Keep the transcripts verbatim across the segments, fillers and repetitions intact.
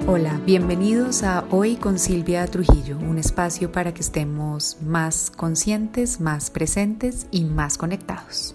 Hola, bienvenidos a Hoy con Silvia Trujillo, un espacio para que estemos más conscientes, más presentes y más conectados.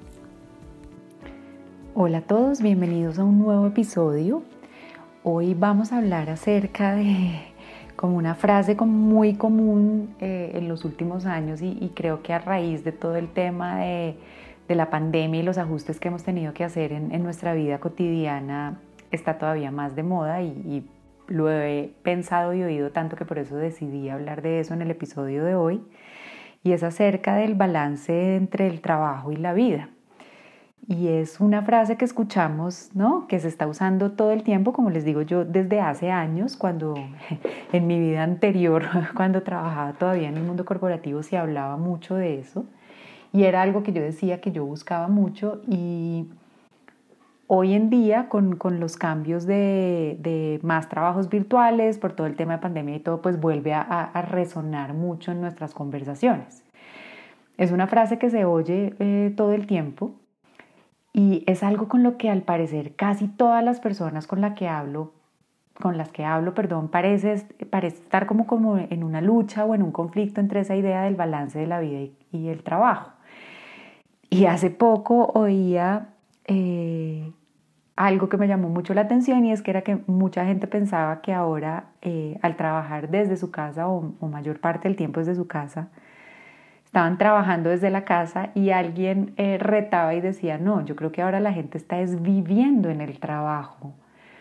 Hola a todos, bienvenidos a un nuevo episodio. Hoy vamos a hablar acerca de como una frase como muy común eh, en los últimos años y, y creo que a raíz de todo el tema de, de la pandemia y los ajustes que hemos tenido que hacer en, en nuestra vida cotidiana está todavía más de moda y, y lo he pensado y oído tanto que por eso decidí hablar de eso en el episodio de hoy, y es acerca del balance entre el trabajo y la vida. Y es una frase que escuchamos, ¿no? Que se está usando todo el tiempo, como les digo yo, desde hace años, cuando en mi vida anterior, cuando trabajaba todavía en el mundo corporativo, se hablaba mucho de eso. Y era algo que yo decía que yo buscaba mucho, y hoy en día, con, con los cambios de, de más trabajos virtuales, por todo el tema de pandemia y todo, pues vuelve a, a resonar mucho en nuestras conversaciones. Es una frase que se oye eh, todo el tiempo y es algo con lo que al parecer casi todas las personas con, la que hablo, con las que hablo, perdón, parece, parece estar como, como en una lucha o en un conflicto entre esa idea del balance de la vida y, y el trabajo. Y hace poco oía Eh, algo que me llamó mucho la atención, y es que era que mucha gente pensaba que ahora eh, al trabajar desde su casa o, o mayor parte del tiempo desde su casa, estaban trabajando desde la casa, y alguien eh, retaba y decía, no, yo creo que ahora la gente está es viviendo en el trabajo,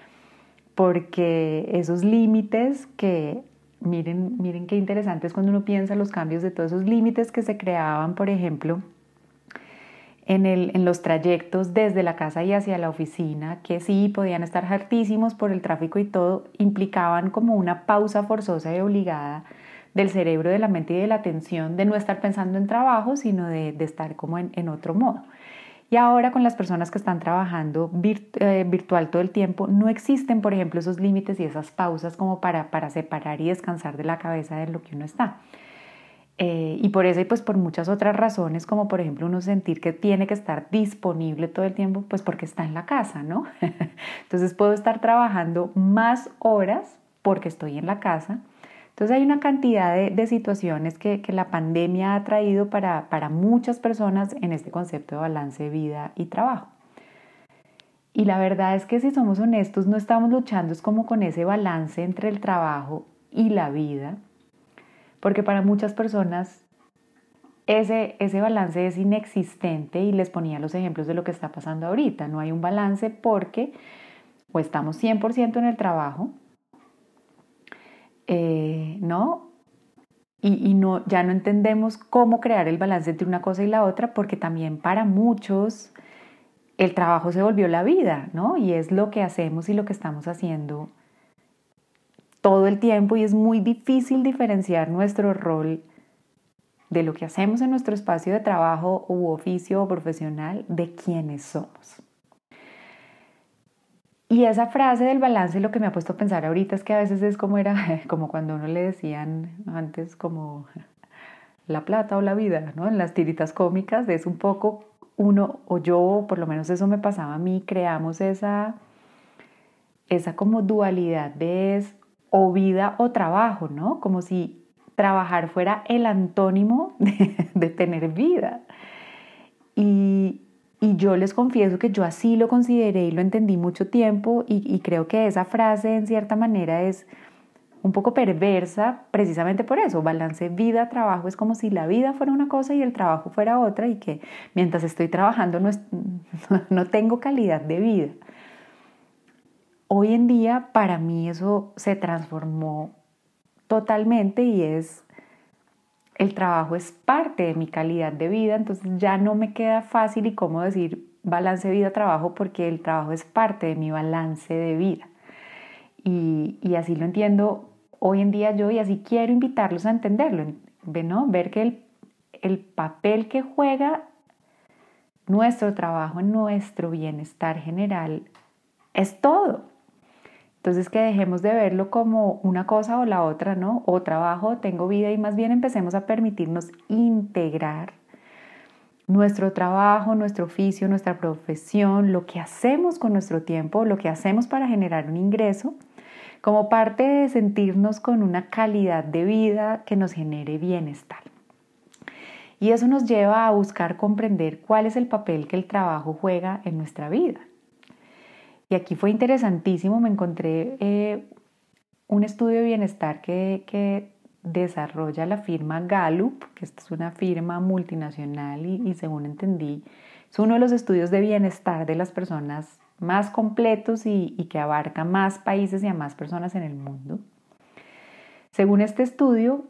porque esos límites que, miren, miren qué interesante es cuando uno piensa los cambios de todos esos límites que se creaban, por ejemplo, En, el, en los trayectos desde la casa y hacia la oficina, que sí podían estar hartísimos por el tráfico y todo, implicaban como una pausa forzosa y obligada del cerebro, de la mente y de la atención, de no estar pensando en trabajo, sino de, de estar como en, en otro modo. Y ahora con las personas que están trabajando virt, eh, virtual todo el tiempo, no existen, por ejemplo, esos límites y esas pausas como para, para separar y descansar de la cabeza de lo que uno está. Eh, y por eso y pues por muchas otras razones, como por ejemplo uno sentir que tiene que estar disponible todo el tiempo, pues porque está en la casa, ¿no? Entonces puedo estar trabajando más horas porque estoy en la casa. Entonces hay una cantidad de, de situaciones que, que la pandemia ha traído para, para muchas personas en este concepto de balance de vida y trabajo. Y la verdad es que si somos honestos, no estamos luchando es como con ese balance entre el trabajo y la vida, porque para muchas personas ese, ese balance es inexistente, y les ponía los ejemplos de lo que está pasando ahorita. No hay un balance porque o estamos cien por ciento en el trabajo, eh, ¿no? Y, y no, ya no entendemos cómo crear el balance entre una cosa y la otra, porque también para muchos el trabajo se volvió la vida, ¿no? Y es lo que hacemos y lo que estamos haciendo todo el tiempo, y es muy difícil diferenciar nuestro rol de lo que hacemos en nuestro espacio de trabajo u oficio o profesional de quienes somos. Y esa frase del balance, lo que me ha puesto a pensar ahorita es que a veces es como era, como cuando uno le decían antes como la plata o la vida, ¿no? En las tiritas cómicas es un poco uno, o yo, por lo menos eso me pasaba a mí, creamos esa, esa como dualidad de es o vida o trabajo, ¿no? Como si trabajar fuera el antónimo de, de tener vida. Y, y yo les confieso que yo así lo consideré y lo entendí mucho tiempo, y, y creo que esa frase en cierta manera es un poco perversa precisamente por eso. Balance vida-trabajo es como si la vida fuera una cosa y el trabajo fuera otra, y que mientras estoy trabajando no, es, no tengo calidad de vida. Hoy en día para mí eso se transformó totalmente, y es el trabajo es parte de mi calidad de vida. Entonces ya no me queda fácil y cómodo decir balance vida-trabajo, porque el trabajo es parte de mi balance de vida. Y, y así lo entiendo hoy en día yo, y así quiero invitarlos a entenderlo, ¿no? Ver que el, el papel que juega nuestro trabajo en nuestro bienestar general es todo. Entonces que dejemos de verlo como una cosa o la otra, ¿no? O trabajo o tengo vida, y más bien empecemos a permitirnos integrar nuestro trabajo, nuestro oficio, nuestra profesión, lo que hacemos con nuestro tiempo, lo que hacemos para generar un ingreso, como parte de sentirnos con una calidad de vida que nos genere bienestar. Y eso nos lleva a buscar comprender cuál es el papel que el trabajo juega en nuestra vida. Y aquí fue interesantísimo, me encontré eh, un estudio de bienestar que, que desarrolla la firma Gallup, que esta es una firma multinacional y, y según entendí, es uno de los estudios de bienestar de las personas más completos y, y que abarca más países y a más personas en el mundo. Según este estudio,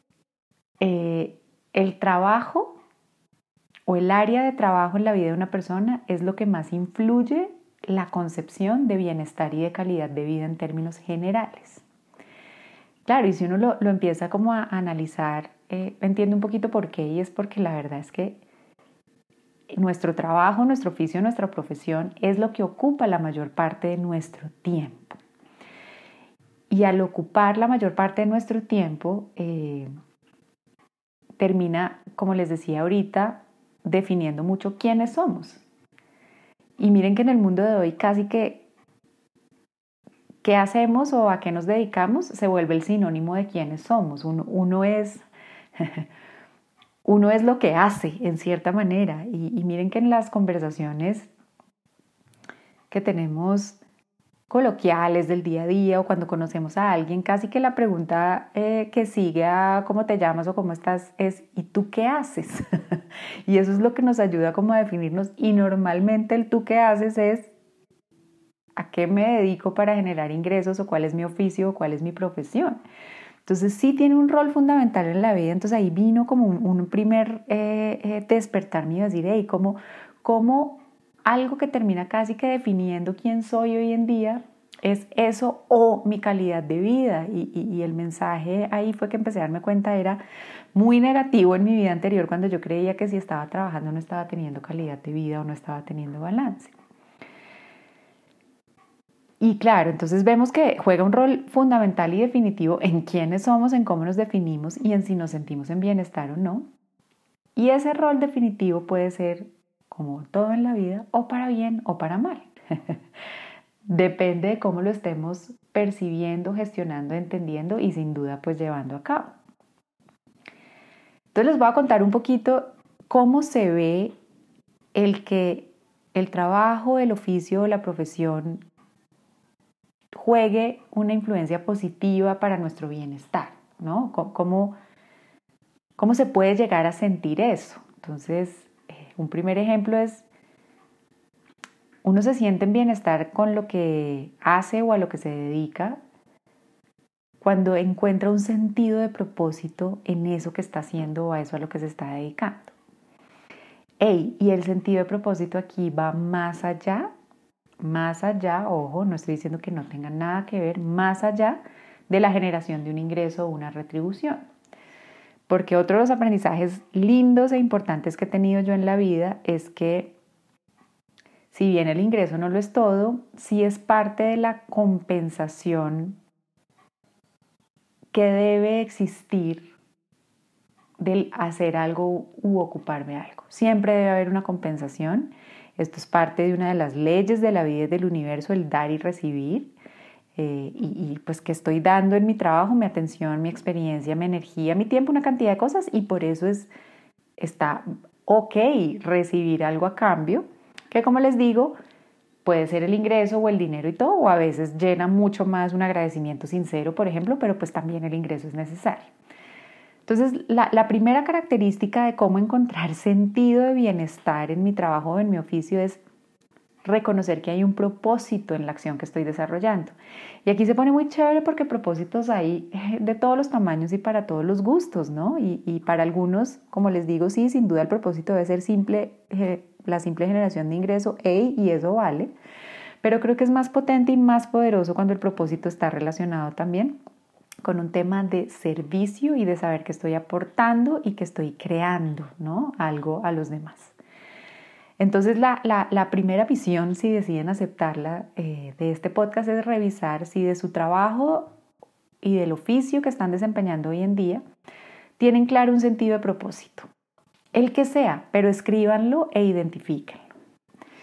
eh, el trabajo o el área de trabajo en la vida de una persona es lo que más influye la concepción de bienestar y de calidad de vida en términos generales. Claro, y si uno lo, lo empieza como a analizar, eh, entiende un poquito por qué, y es porque la verdad es que nuestro trabajo, nuestro oficio, nuestra profesión es lo que ocupa la mayor parte de nuestro tiempo. Y al ocupar la mayor parte de nuestro tiempo, eh, termina, como les decía ahorita, definiendo mucho quiénes somos. Y miren que en el mundo de hoy casi que qué hacemos o a qué nos dedicamos se vuelve el sinónimo de quiénes somos. Uno, uno, es, uno es lo que hace en cierta manera. Y, y miren que en las conversaciones que tenemos coloquiales del día a día o cuando conocemos a alguien, casi que la pregunta eh, que sigue a cómo te llamas o cómo estás es ¿y tú qué haces? Y eso es lo que nos ayuda como a definirnos, y normalmente el tú qué haces es ¿a qué me dedico para generar ingresos o cuál es mi oficio o cuál es mi profesión? Entonces sí tiene un rol fundamental en la vida. Entonces ahí vino como un, un primer eh, eh, despertar mío, decir, hey, ¿cómo, cómo algo que termina casi que definiendo quién soy hoy en día es eso o mi calidad de vida? Y, y, y el mensaje ahí fue que empecé a darme cuenta era muy negativo en mi vida anterior, cuando yo creía que si estaba trabajando no estaba teniendo calidad de vida o no estaba teniendo balance. Y claro, entonces vemos que juega un rol fundamental y definitivo en quiénes somos, en cómo nos definimos y en si nos sentimos en bienestar o no. Y ese rol definitivo puede ser, como todo en la vida, o para bien o para mal. Depende de cómo lo estemos percibiendo, gestionando, entendiendo y sin duda pues llevando a cabo. Entonces les voy a contar un poquito cómo se ve el que el trabajo, el oficio o la profesión juegue una influencia positiva para nuestro bienestar, ¿no? ¿Cómo, cómo se puede llegar a sentir eso? Entonces, eh, un primer ejemplo es, uno se siente en bienestar con lo que hace o a lo que se dedica cuando encuentra un sentido de propósito en eso que está haciendo o a eso a lo que se está dedicando. Ey, y el sentido de propósito aquí va más allá Más allá, ojo, no estoy diciendo que no tenga nada que ver, más allá de la generación de un ingreso o una retribución. Porque otro de los aprendizajes lindos e importantes que he tenido yo en la vida es que si bien el ingreso no lo es todo, sí es parte de la compensación que debe existir del hacer algo u ocuparme de algo. Siempre debe haber una compensación. Esto es parte de una de las leyes de la vida y del universo, el dar y recibir. Eh, y, y pues que estoy dando en mi trabajo, mi atención, mi experiencia, mi energía, mi tiempo, una cantidad de cosas, y por eso es, está ok recibir algo a cambio, que como les digo, puede ser el ingreso o el dinero y todo, o a veces llena mucho más un agradecimiento sincero, por ejemplo, pero pues también el ingreso es necesario. Entonces, la, la primera característica de cómo encontrar sentido de bienestar en mi trabajo o en mi oficio es reconocer que hay un propósito en la acción que estoy desarrollando. Y aquí se pone muy chévere porque propósitos hay de todos los tamaños y para todos los gustos, ¿no? Y, y para algunos, como les digo, sí, sin duda el propósito debe ser simple, eh, la simple generación de ingreso, ey, y eso vale. Pero creo que es más potente y más poderoso cuando el propósito está relacionado también con un tema de servicio y de saber que estoy aportando y que estoy creando, ¿no? Algo a los demás. Entonces la, la, la primera visión, si deciden aceptarla, eh, de este podcast es revisar si de su trabajo y del oficio que están desempeñando hoy en día tienen claro un sentido de propósito. El que sea, pero escríbanlo e identifíquenlo.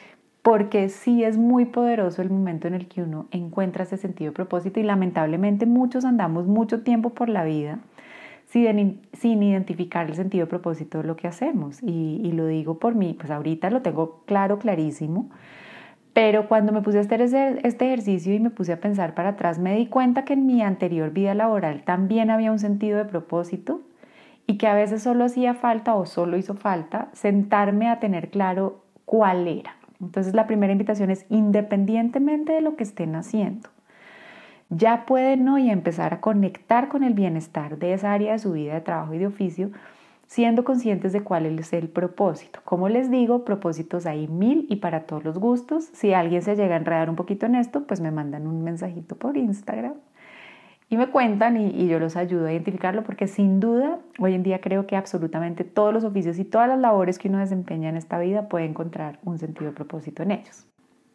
porque sí es muy poderoso el momento en el que uno encuentra ese sentido de propósito y lamentablemente muchos andamos mucho tiempo por la vida sin, sin identificar el sentido de propósito de lo que hacemos. Y, y lo digo por mí, pues ahorita lo tengo claro, clarísimo, pero cuando me puse a hacer ese, este ejercicio y me puse a pensar para atrás, me di cuenta que en mi anterior vida laboral también había un sentido de propósito y que a veces solo hacía falta o solo hizo falta sentarme a tener claro cuál era. Entonces la primera invitación es, independientemente de lo que estén haciendo, ya pueden hoy empezar a conectar con el bienestar de esa área de su vida de trabajo y de oficio, siendo conscientes de cuál es el propósito. Como les digo, propósitos hay mil y para todos los gustos. Si alguien se llega a enredar un poquito en esto, pues me mandan un mensajito por Instagram y me cuentan y, y yo los ayudo a identificarlo, porque sin duda hoy en día creo que absolutamente todos los oficios y todas las labores que uno desempeña en esta vida puede encontrar un sentido de propósito en ellos.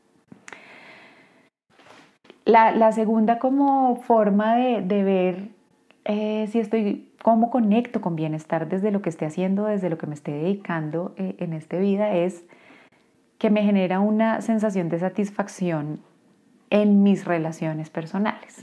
La, la segunda como forma de, de ver eh, si estoy, cómo conecto con bienestar desde lo que esté haciendo, desde lo que me esté dedicando eh, en esta vida, es que me genera una sensación de satisfacción en mis relaciones personales.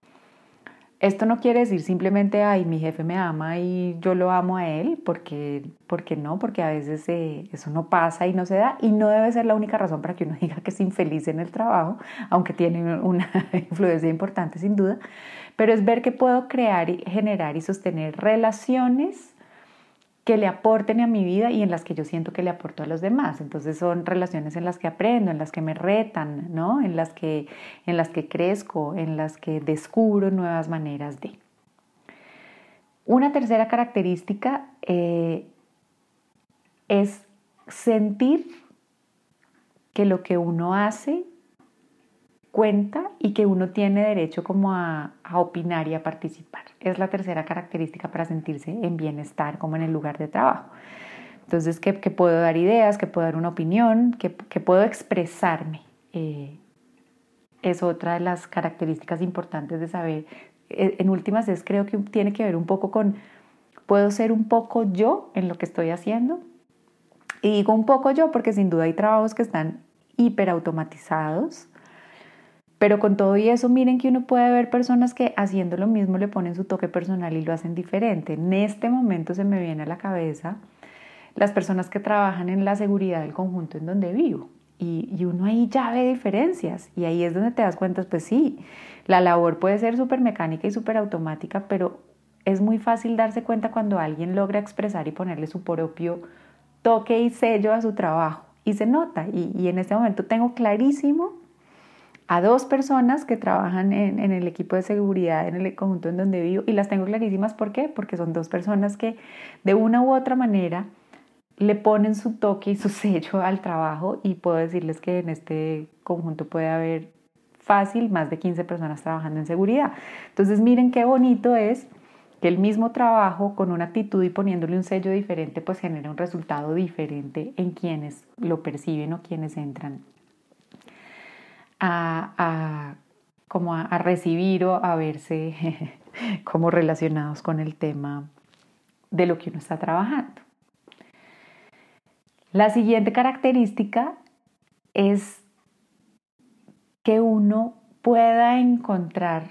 Esto no quiere decir simplemente, ay, mi jefe me ama y yo lo amo a él, porque, porque no, porque a veces eh, eso no pasa y no se da, y no debe ser la única razón para que uno diga que es infeliz en el trabajo, aunque tiene una influencia importante sin duda, pero es ver que puedo crear, y generar y sostener relaciones que le aporten a mi vida y en las que yo siento que le aporto a los demás. Entonces son relaciones en las que aprendo, en las que me retan, ¿no? En las que, en las que crezco, en las que descubro nuevas maneras de. Una tercera característica eh, es sentir que lo que uno hace cuenta y que uno tiene derecho como a, a opinar y a participar. Es la tercera característica para sentirse en bienestar como en el lugar de trabajo. Entonces, que, que puedo dar ideas, que puedo dar una opinión, que, que puedo expresarme. Eh, es otra de las características importantes de saber. En últimas, es, creo que tiene que ver un poco con, puedo ser un poco yo en lo que estoy haciendo. Y digo un poco yo porque sin duda hay trabajos que están hiperautomatizados. Pero con todo y eso, miren que uno puede ver personas que haciendo lo mismo le ponen su toque personal y lo hacen diferente. En este momento se me viene a la cabeza las personas que trabajan en la seguridad del conjunto en donde vivo. Y, y uno ahí ya ve diferencias. Y ahí es donde te das cuenta, pues sí, la labor puede ser súper mecánica y súper automática, pero es muy fácil darse cuenta cuando alguien logra expresar y ponerle su propio toque y sello a su trabajo. Y se nota. Y, y en este momento tengo clarísimo a dos personas que trabajan en, en el equipo de seguridad en el conjunto en donde vivo, y las tengo clarísimas. ¿Por qué? Porque son dos personas que de una u otra manera le ponen su toque y su sello al trabajo, y puedo decirles que en este conjunto puede haber fácil más de quince personas trabajando en seguridad. Entonces miren qué bonito es que el mismo trabajo con una actitud y poniéndole un sello diferente pues genera un resultado diferente en quienes lo perciben o quienes entran A, a, como a, a recibir o a verse como relacionados con el tema de lo que uno está trabajando. La siguiente característica es que uno pueda encontrar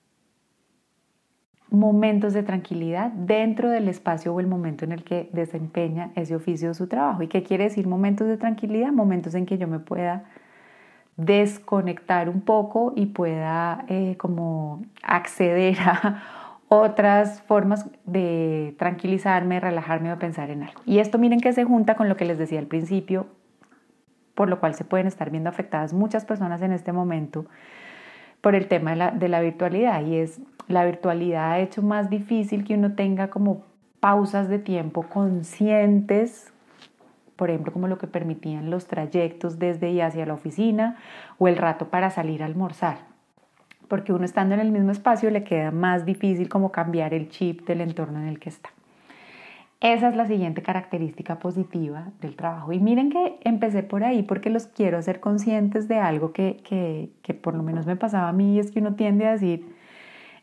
momentos de tranquilidad dentro del espacio o el momento en el que desempeña ese oficio o su trabajo. ¿Y qué quiere decir momentos de tranquilidad? Momentos en que yo me pueda desconectar un poco y pueda eh, como acceder a otras formas de tranquilizarme, relajarme o pensar en algo. Y esto miren que se junta con lo que les decía al principio, por lo cual se pueden estar viendo afectadas muchas personas en este momento por el tema de la, de la virtualidad, y es la virtualidad ha hecho más difícil que uno tenga como pausas de tiempo conscientes, por ejemplo, como lo que permitían los trayectos desde y hacia la oficina o el rato para salir a almorzar, porque uno estando en el mismo espacio le queda más difícil como cambiar el chip del entorno en el que está. Esa es la siguiente característica positiva del trabajo. Y miren que empecé por ahí porque los quiero hacer conscientes de algo que, que, que por lo menos me pasaba a mí, y es que uno tiende a decir,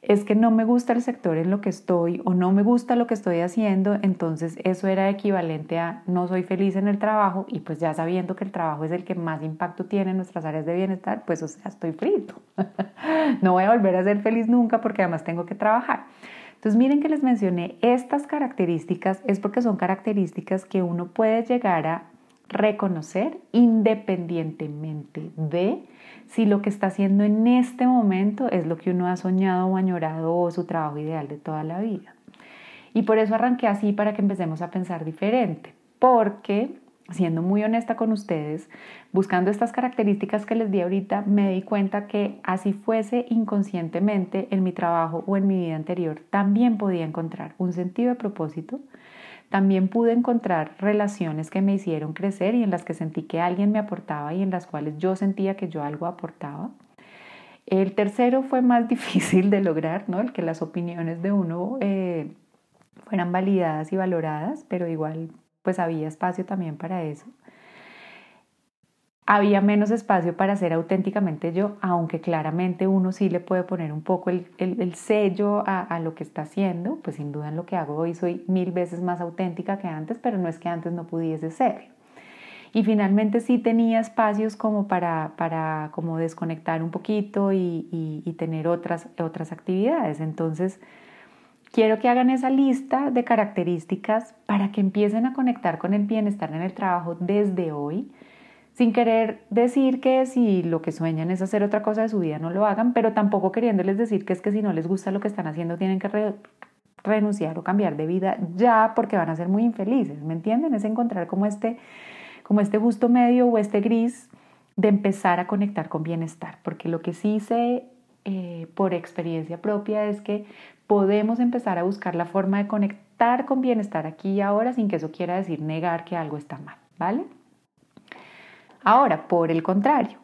es que no me gusta el sector en lo que estoy o no me gusta lo que estoy haciendo, entonces eso era equivalente a no soy feliz en el trabajo y pues ya sabiendo que el trabajo es el que más impacto tiene en nuestras áreas de bienestar, pues o sea, estoy frito. No voy a volver a ser feliz nunca porque además tengo que trabajar. Entonces miren que les mencioné estas características, es porque son características que uno puede llegar a reconocer independientemente de si lo que está haciendo en este momento es lo que uno ha soñado o añorado o su trabajo ideal de toda la vida. Y por eso arranqué así para que empecemos a pensar diferente, porque siendo muy honesta con ustedes, buscando estas características que les di ahorita, me di cuenta que así fuese inconscientemente en mi trabajo o en mi vida anterior, también podía encontrar un sentido de propósito. También pude encontrar relaciones que me hicieron crecer y en las que sentí que alguien me aportaba y en las cuales yo sentía que yo algo aportaba. El tercero fue más difícil de lograr, ¿no? El que las opiniones de uno eh, fueran validadas y valoradas, pero igual pues había espacio también para eso. Había menos espacio para ser auténticamente yo, aunque claramente uno sí le puede poner un poco el, el, el sello a, a lo que está haciendo, pues sin duda en lo que hago hoy soy mil veces más auténtica que antes, pero no es que antes no pudiese ser. Y finalmente sí tenía espacios como para, para como desconectar un poquito y, y, y tener otras, otras actividades. Entonces, quiero que hagan esa lista de características para que empiecen a conectar con el bienestar en el trabajo desde hoy, sin querer decir que si lo que sueñan es hacer otra cosa de su vida no lo hagan, pero tampoco queriéndoles decir que es que si no les gusta lo que están haciendo tienen que re renunciar o cambiar de vida ya porque van a ser muy infelices, ¿me entienden? Es encontrar como este, como este justo medio o este gris de empezar a conectar con bienestar, porque lo que sí sé eh, por experiencia propia es que podemos empezar a buscar la forma de conectar con bienestar aquí y ahora sin que eso quiera decir negar que algo está mal, ¿vale? Ahora, por el contrario,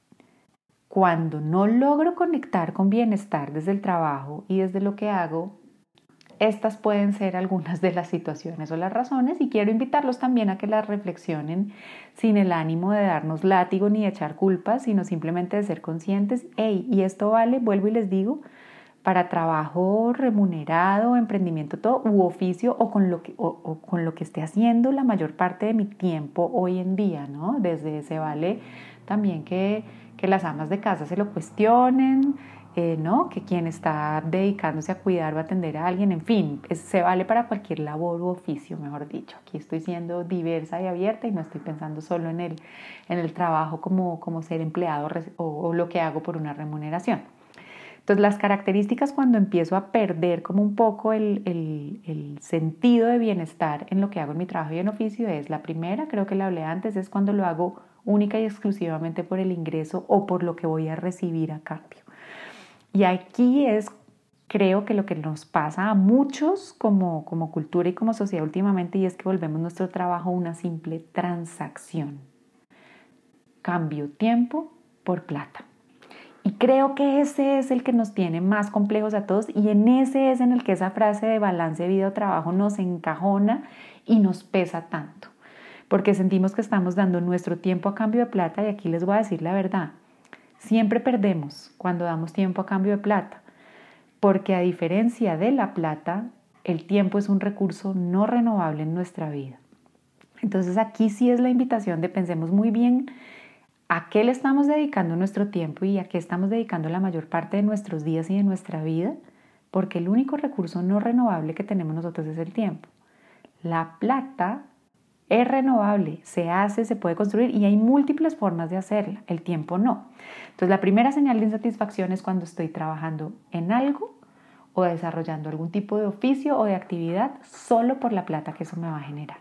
cuando no logro conectar con bienestar desde el trabajo y desde lo que hago, estas pueden ser algunas de las situaciones o las razones y quiero invitarlos también a que las reflexionen sin el ánimo de darnos látigo ni de echar culpas, sino simplemente de ser conscientes. Hey, y esto vale, vuelvo y les digo, para trabajo remunerado, emprendimiento, todo, u oficio o con, lo que, o, o con lo que esté haciendo la mayor parte de mi tiempo hoy en día, ¿no? Desde se vale también que, que las amas de casa se lo cuestionen, eh, ¿no? Que quien está dedicándose a cuidar o atender a alguien, en fin, es, se vale para cualquier labor u oficio, mejor dicho. Aquí estoy siendo diversa y abierta y no estoy pensando solo en el, en el trabajo como, como ser empleado o, o lo que hago por una remuneración. Entonces las características cuando empiezo a perder como un poco el, el, el sentido de bienestar en lo que hago en mi trabajo y en oficio es la primera, creo que la hablé antes, es cuando lo hago única y exclusivamente por el ingreso o por lo que voy a recibir a cambio. Y aquí es, creo que lo que nos pasa a muchos como, como cultura y como sociedad últimamente y es que volvemos nuestro trabajo una simple transacción. Cambio tiempo por plata. Y creo que ese es el que nos tiene más complejos a todos y en ese es en el que esa frase de balance vida-trabajo nos encajona y nos pesa tanto. Porque sentimos que estamos dando nuestro tiempo a cambio de plata y aquí les voy a decir la verdad. Siempre perdemos cuando damos tiempo a cambio de plata. Porque a diferencia de la plata, el tiempo es un recurso no renovable en nuestra vida. Entonces aquí sí es la invitación de pensemos muy bien ¿a qué le estamos dedicando nuestro tiempo y a qué estamos dedicando la mayor parte de nuestros días y de nuestra vida? Porque el único recurso no renovable que tenemos nosotros es el tiempo. La plata es renovable, se hace, se puede construir y hay múltiples formas de hacerla, el tiempo no. Entonces la primera señal de insatisfacción es cuando estoy trabajando en algo o desarrollando algún tipo de oficio o de actividad solo por la plata que eso me va a generar.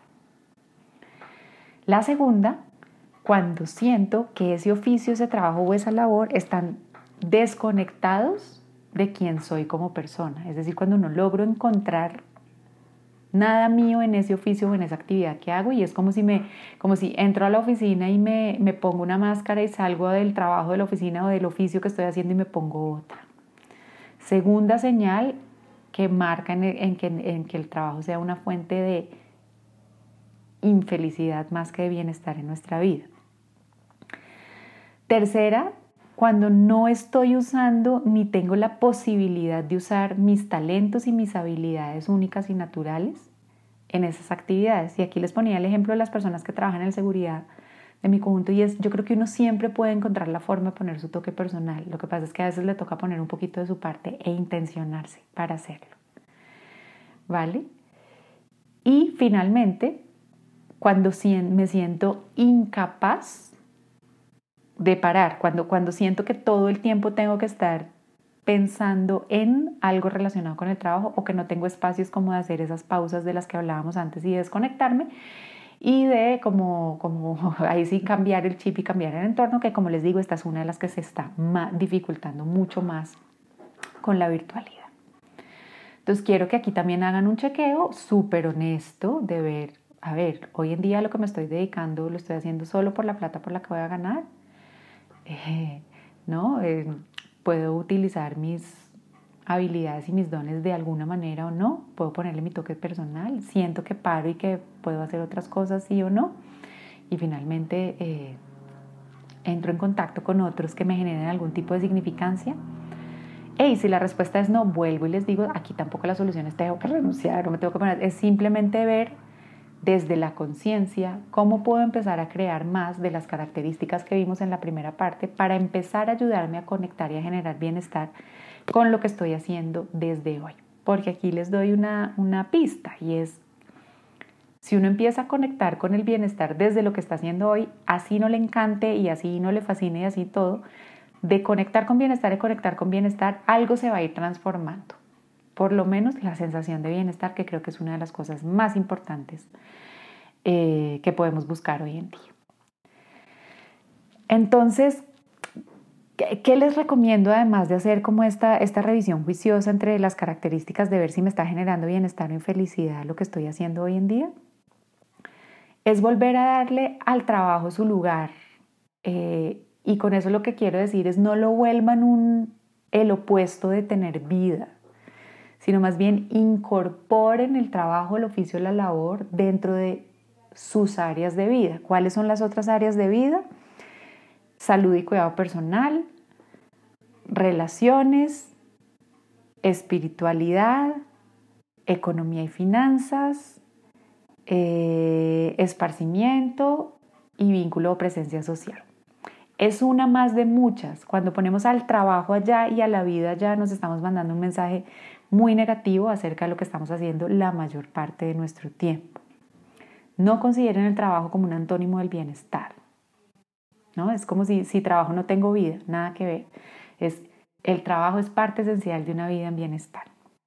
La segunda, cuando siento que ese oficio, ese trabajo o esa labor están desconectados de quién soy como persona. Es decir, cuando no logro encontrar nada mío en ese oficio o en esa actividad que hago y es como si, me, como si entro a la oficina y me, me pongo una máscara y salgo del trabajo de la oficina o del oficio que estoy haciendo y me pongo otra. Segunda señal que marca en, el, en, que, en que el trabajo sea una fuente de infelicidad más que de bienestar en nuestra vida. Tercera, cuando no estoy usando ni tengo la posibilidad de usar mis talentos y mis habilidades únicas y naturales en esas actividades. Y aquí les ponía el ejemplo de las personas que trabajan en seguridad de mi conjunto, y es, yo creo que uno siempre puede encontrar la forma de poner su toque personal. Lo que pasa es que a veces le toca poner un poquito de su parte e intencionarse para hacerlo, ¿vale? Y finalmente, cuando me siento incapaz de parar, cuando, cuando siento que todo el tiempo tengo que estar pensando en algo relacionado con el trabajo, o que no tengo espacios como de hacer esas pausas de las que hablábamos antes y desconectarme, y de como, como ahí sí cambiar el chip y cambiar el entorno, que como les digo, esta es una de las que se está más, dificultando mucho más con la virtualidad. Entonces quiero que aquí también hagan un chequeo súper honesto de ver, a ver, hoy en día lo que me estoy dedicando lo estoy haciendo solo por la plata por la que voy a ganar, eh, ¿no? Eh, ¿Puedo utilizar mis habilidades y mis dones de alguna manera o no? ¿Puedo ponerle mi toque personal? ¿Siento que paro y que puedo hacer otras cosas, sí o no? Y finalmente eh, entro en contacto con otros que me generen algún tipo de significancia. Y si la respuesta es no, vuelvo y les digo, aquí tampoco la solución es tengo que renunciar o me tengo que poner, es simplemente ver desde la conciencia cómo puedo empezar a crear más de las características que vimos en la primera parte para empezar a ayudarme a conectar y a generar bienestar con lo que estoy haciendo desde hoy. Porque aquí les doy una, una pista, y es, si uno empieza a conectar con el bienestar desde lo que está haciendo hoy, así no le encante y así no le fascine y así todo, de conectar con bienestar y conectar con bienestar, algo se va a ir transformando. Por lo menos la sensación de bienestar, que creo que es una de las cosas más importantes eh, que podemos buscar hoy en día. Entonces, ¿qué, qué les recomiendo además de hacer como esta, esta revisión juiciosa entre las características de ver si me está generando bienestar o infelicidad lo que estoy haciendo hoy en día? Es volver a darle al trabajo su lugar. Eh, y con eso lo que quiero decir es no lo vuelvan un, el opuesto de tener vida, sino más bien incorporen el trabajo, el oficio, la labor dentro de sus áreas de vida. ¿Cuáles son las otras áreas de vida? Salud y cuidado personal, relaciones, espiritualidad, economía y finanzas, eh, esparcimiento y vínculo o presencia social. Es una más de muchas. Cuando ponemos al trabajo allá y a la vida allá, nos estamos mandando un mensaje muy negativo acerca de lo que estamos haciendo la mayor parte de nuestro tiempo. No consideren el trabajo como un antónimo del bienestar, ¿no? Es como si, si trabajo no tengo vida, nada que ver. Es, el trabajo es parte esencial de una vida en bienestar.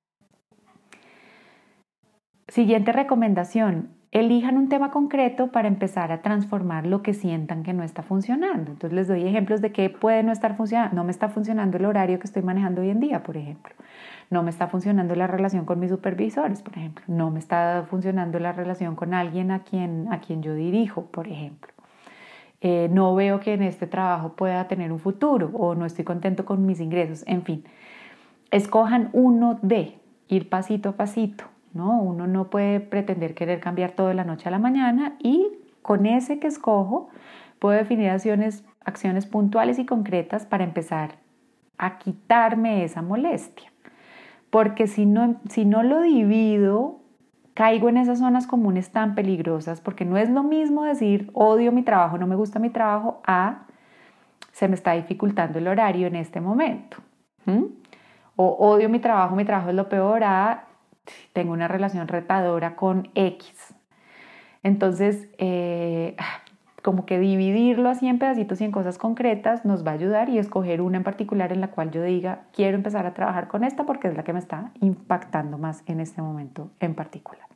Siguiente recomendación. Elijan un tema concreto para empezar a transformar lo que sientan que no está funcionando. Entonces les doy ejemplos de qué puede no estar funcionando. No me está funcionando el horario que estoy manejando hoy en día, por ejemplo. No me está funcionando la relación con mis supervisores, por ejemplo. No me está funcionando la relación con alguien a quien, a quien yo dirijo, por ejemplo. Eh, no veo que en este trabajo pueda tener un futuro, o no estoy contento con mis ingresos. En fin, escojan uno de ir pasito a pasito. ¿No? Uno no puede pretender querer cambiar todo de la noche a la mañana, y con ese que escojo puedo definir acciones, acciones puntuales y concretas para empezar a quitarme esa molestia. Porque si no, si no lo divido, caigo en esas zonas comunes tan peligrosas, porque no es lo mismo decir odio mi trabajo, no me gusta mi trabajo, a se me está dificultando el horario en este momento. ¿Mm? O odio mi trabajo, mi trabajo es lo peor, a tengo una relación retadora con X. Entonces, eh, como que dividirlo así en pedacitos y en cosas concretas nos va a ayudar, y escoger una en particular en la cual yo diga, quiero empezar a trabajar con esta porque es la que me está impactando más en este momento en particular.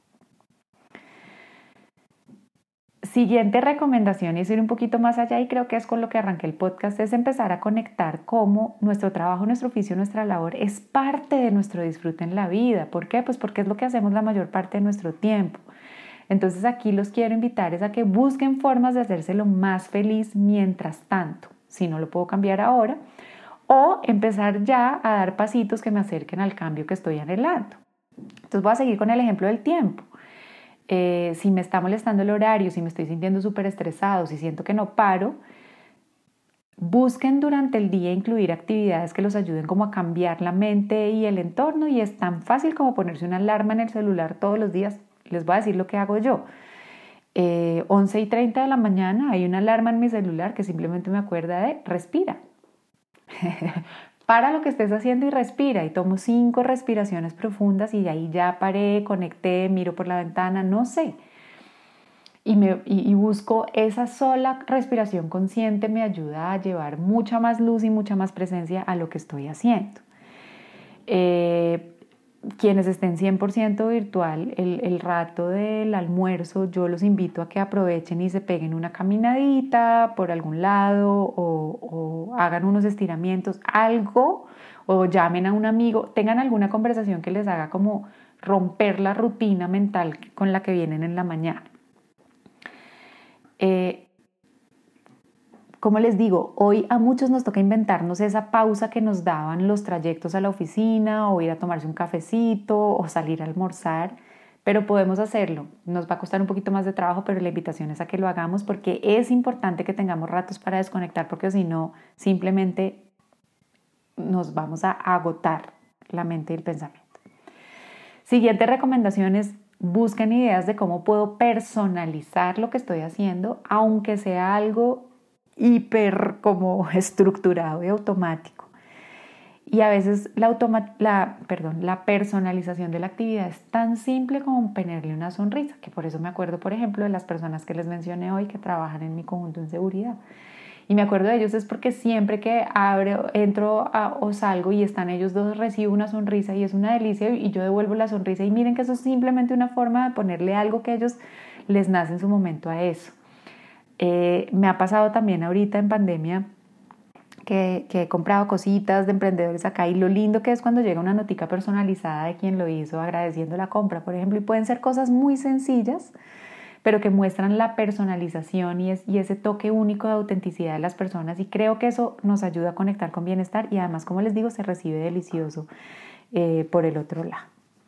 Siguiente recomendación, y es ir un poquito más allá, y creo que es con lo que arranqué el podcast, es empezar a conectar cómo nuestro trabajo, nuestro oficio, nuestra labor es parte de nuestro disfrute en la vida. ¿Por qué? Pues porque es lo que hacemos la mayor parte de nuestro tiempo. Entonces aquí los quiero invitar es a que busquen formas de hacérselo más feliz mientras tanto, si no lo puedo cambiar ahora, o empezar ya a dar pasitos que me acerquen al cambio que estoy anhelando. Entonces voy a seguir con el ejemplo del tiempo. Eh, si me está molestando el horario, si me estoy sintiendo súper estresado, si siento que no paro, Busquen durante el día incluir actividades que los ayuden como a cambiar la mente y el entorno, y es tan fácil como ponerse una alarma en el celular todos los días. Les voy a decir lo que hago yo. Eh, once y treinta de la mañana hay una alarma en mi celular que simplemente me acuerda de respira. Para lo que estés haciendo y respira, y tomo cinco respiraciones profundas y de ahí ya paré, conecté, miro por la ventana, no sé. Y, me, y, y busco esa sola respiración consciente, me ayuda a llevar mucha más luz y mucha más presencia a lo que estoy haciendo. Eh, quienes estén cien por ciento virtual, el, el rato del almuerzo, yo los invito a que aprovechen y se peguen una caminadita por algún lado o, o hagan unos estiramientos, algo, o llamen a un amigo, tengan alguna conversación que les haga como romper la rutina mental con la que vienen en la mañana. Eh, como les digo, hoy a muchos nos toca inventarnos esa pausa que nos daban los trayectos a la oficina o ir a tomarse un cafecito o salir a almorzar, pero podemos hacerlo. Nos va a costar un poquito más de trabajo, pero la invitación es a que lo hagamos porque es importante que tengamos ratos para desconectar, porque si no, simplemente nos vamos a agotar la mente y el pensamiento. Siguiente recomendación es: busquen ideas de cómo puedo personalizar lo que estoy haciendo, aunque sea algo hiper como estructurado y automático. Y a veces la, automa- la, perdón, la personalización de la actividad es tan simple como ponerle una sonrisa, que por eso me acuerdo, por ejemplo, de las personas que les mencioné hoy que trabajan en mi conjunto en seguridad. Y me acuerdo de ellos es porque siempre que abro, entro a, o salgo y están ellos dos, recibo una sonrisa y es una delicia y yo devuelvo la sonrisa, y miren que eso es simplemente una forma de ponerle algo que a ellos les nace en su momento a eso. Eh, me ha pasado también ahorita en pandemia que, que he comprado cositas de emprendedores acá, y lo lindo que es cuando llega una notica personalizada de quien lo hizo agradeciendo la compra, por ejemplo, y pueden ser cosas muy sencillas pero que muestran la personalización y, es, y ese toque único de autenticidad de las personas, y creo que eso nos ayuda a conectar con bienestar, y además, como les digo, se recibe delicioso eh, por el otro lado.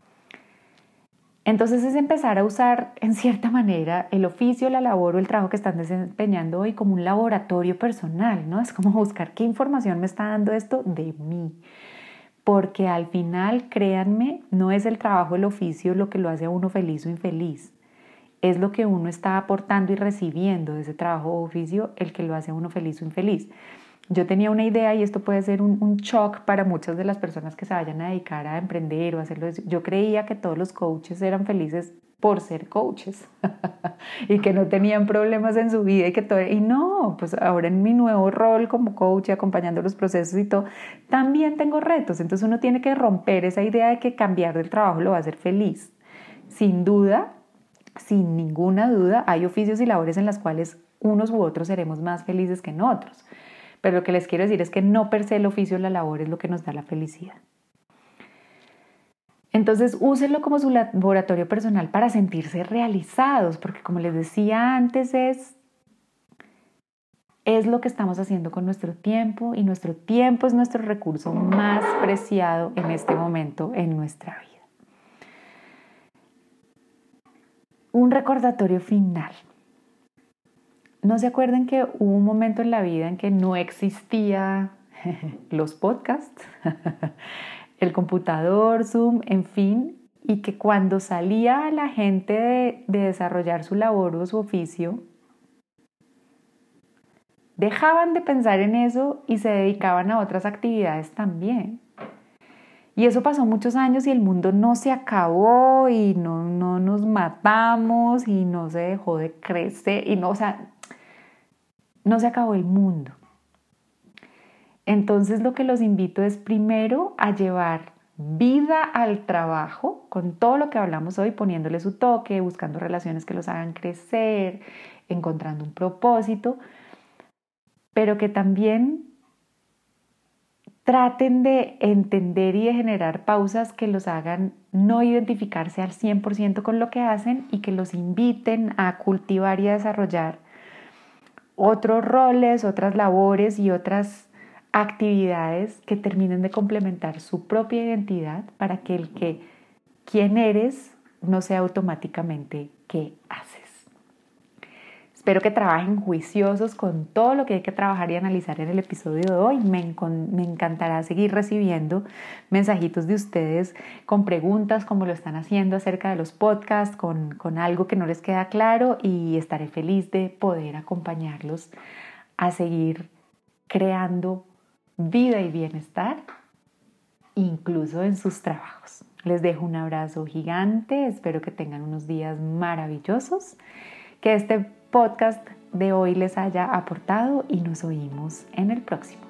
Entonces es empezar a usar en cierta manera el oficio, la labor o el trabajo que están desempeñando hoy como un laboratorio personal, ¿no? Es como buscar qué información me está dando esto de mí, porque al final, créanme, no es el trabajo, el oficio lo que lo hace a uno feliz o infeliz. Es lo que uno está aportando y recibiendo de ese trabajo o oficio el que lo hace a uno feliz o infeliz. Yo tenía una idea, y esto puede ser un, un shock para muchas de las personas que se vayan a dedicar a emprender o a hacerlo. Yo creía que todos los coaches eran felices por ser coaches y que no tenían problemas en su vida y que todo, y no, pues ahora en mi nuevo rol como coach, acompañando los procesos y todo, también tengo retos. Entonces uno tiene que romper esa idea de que cambiar del trabajo lo va a hacer feliz. Sin duda, sin ninguna duda, hay oficios y labores en las cuales unos u otros seremos más felices que en otros. Pero lo que les quiero decir es que no per se el oficio o la labor es lo que nos da la felicidad. Entonces, úsenlo como su laboratorio personal para sentirse realizados, porque como les decía antes, es, es lo que estamos haciendo con nuestro tiempo, y nuestro tiempo es nuestro recurso más preciado en este momento en nuestra vida. Un recordatorio final. ¿No se acuerdan que hubo un momento en la vida en que no existía los podcasts, el computador, Zoom, en fin, y que cuando salía la gente de, de desarrollar su labor o su oficio, dejaban de pensar en eso y se dedicaban a otras actividades también? Y eso pasó muchos años y el mundo no se acabó y no, no nos matamos y no se dejó de crecer y no, o sea, no se acabó el mundo. Entonces lo que los invito es primero a llevar vida al trabajo con todo lo que hablamos hoy, poniéndole su toque, buscando relaciones que los hagan crecer, encontrando un propósito, pero que también traten de entender y de generar pausas que los hagan no identificarse al cien por ciento con lo que hacen y que los inviten a cultivar y a desarrollar otros roles, otras labores y otras actividades que terminen de complementar su propia identidad para que el que quién eres no sea automáticamente qué haces. Espero que trabajen juiciosos con todo lo que hay que trabajar y analizar en el episodio de hoy. Me, me encantará seguir recibiendo mensajitos de ustedes con preguntas como lo están haciendo acerca de los podcasts, con, con algo que no les queda claro, y estaré feliz de poder acompañarlos a seguir creando vida y bienestar, incluso en sus trabajos. Les dejo un abrazo gigante, espero que tengan unos días maravillosos, que este podcast de hoy les haya aportado y nos oímos en el próximo.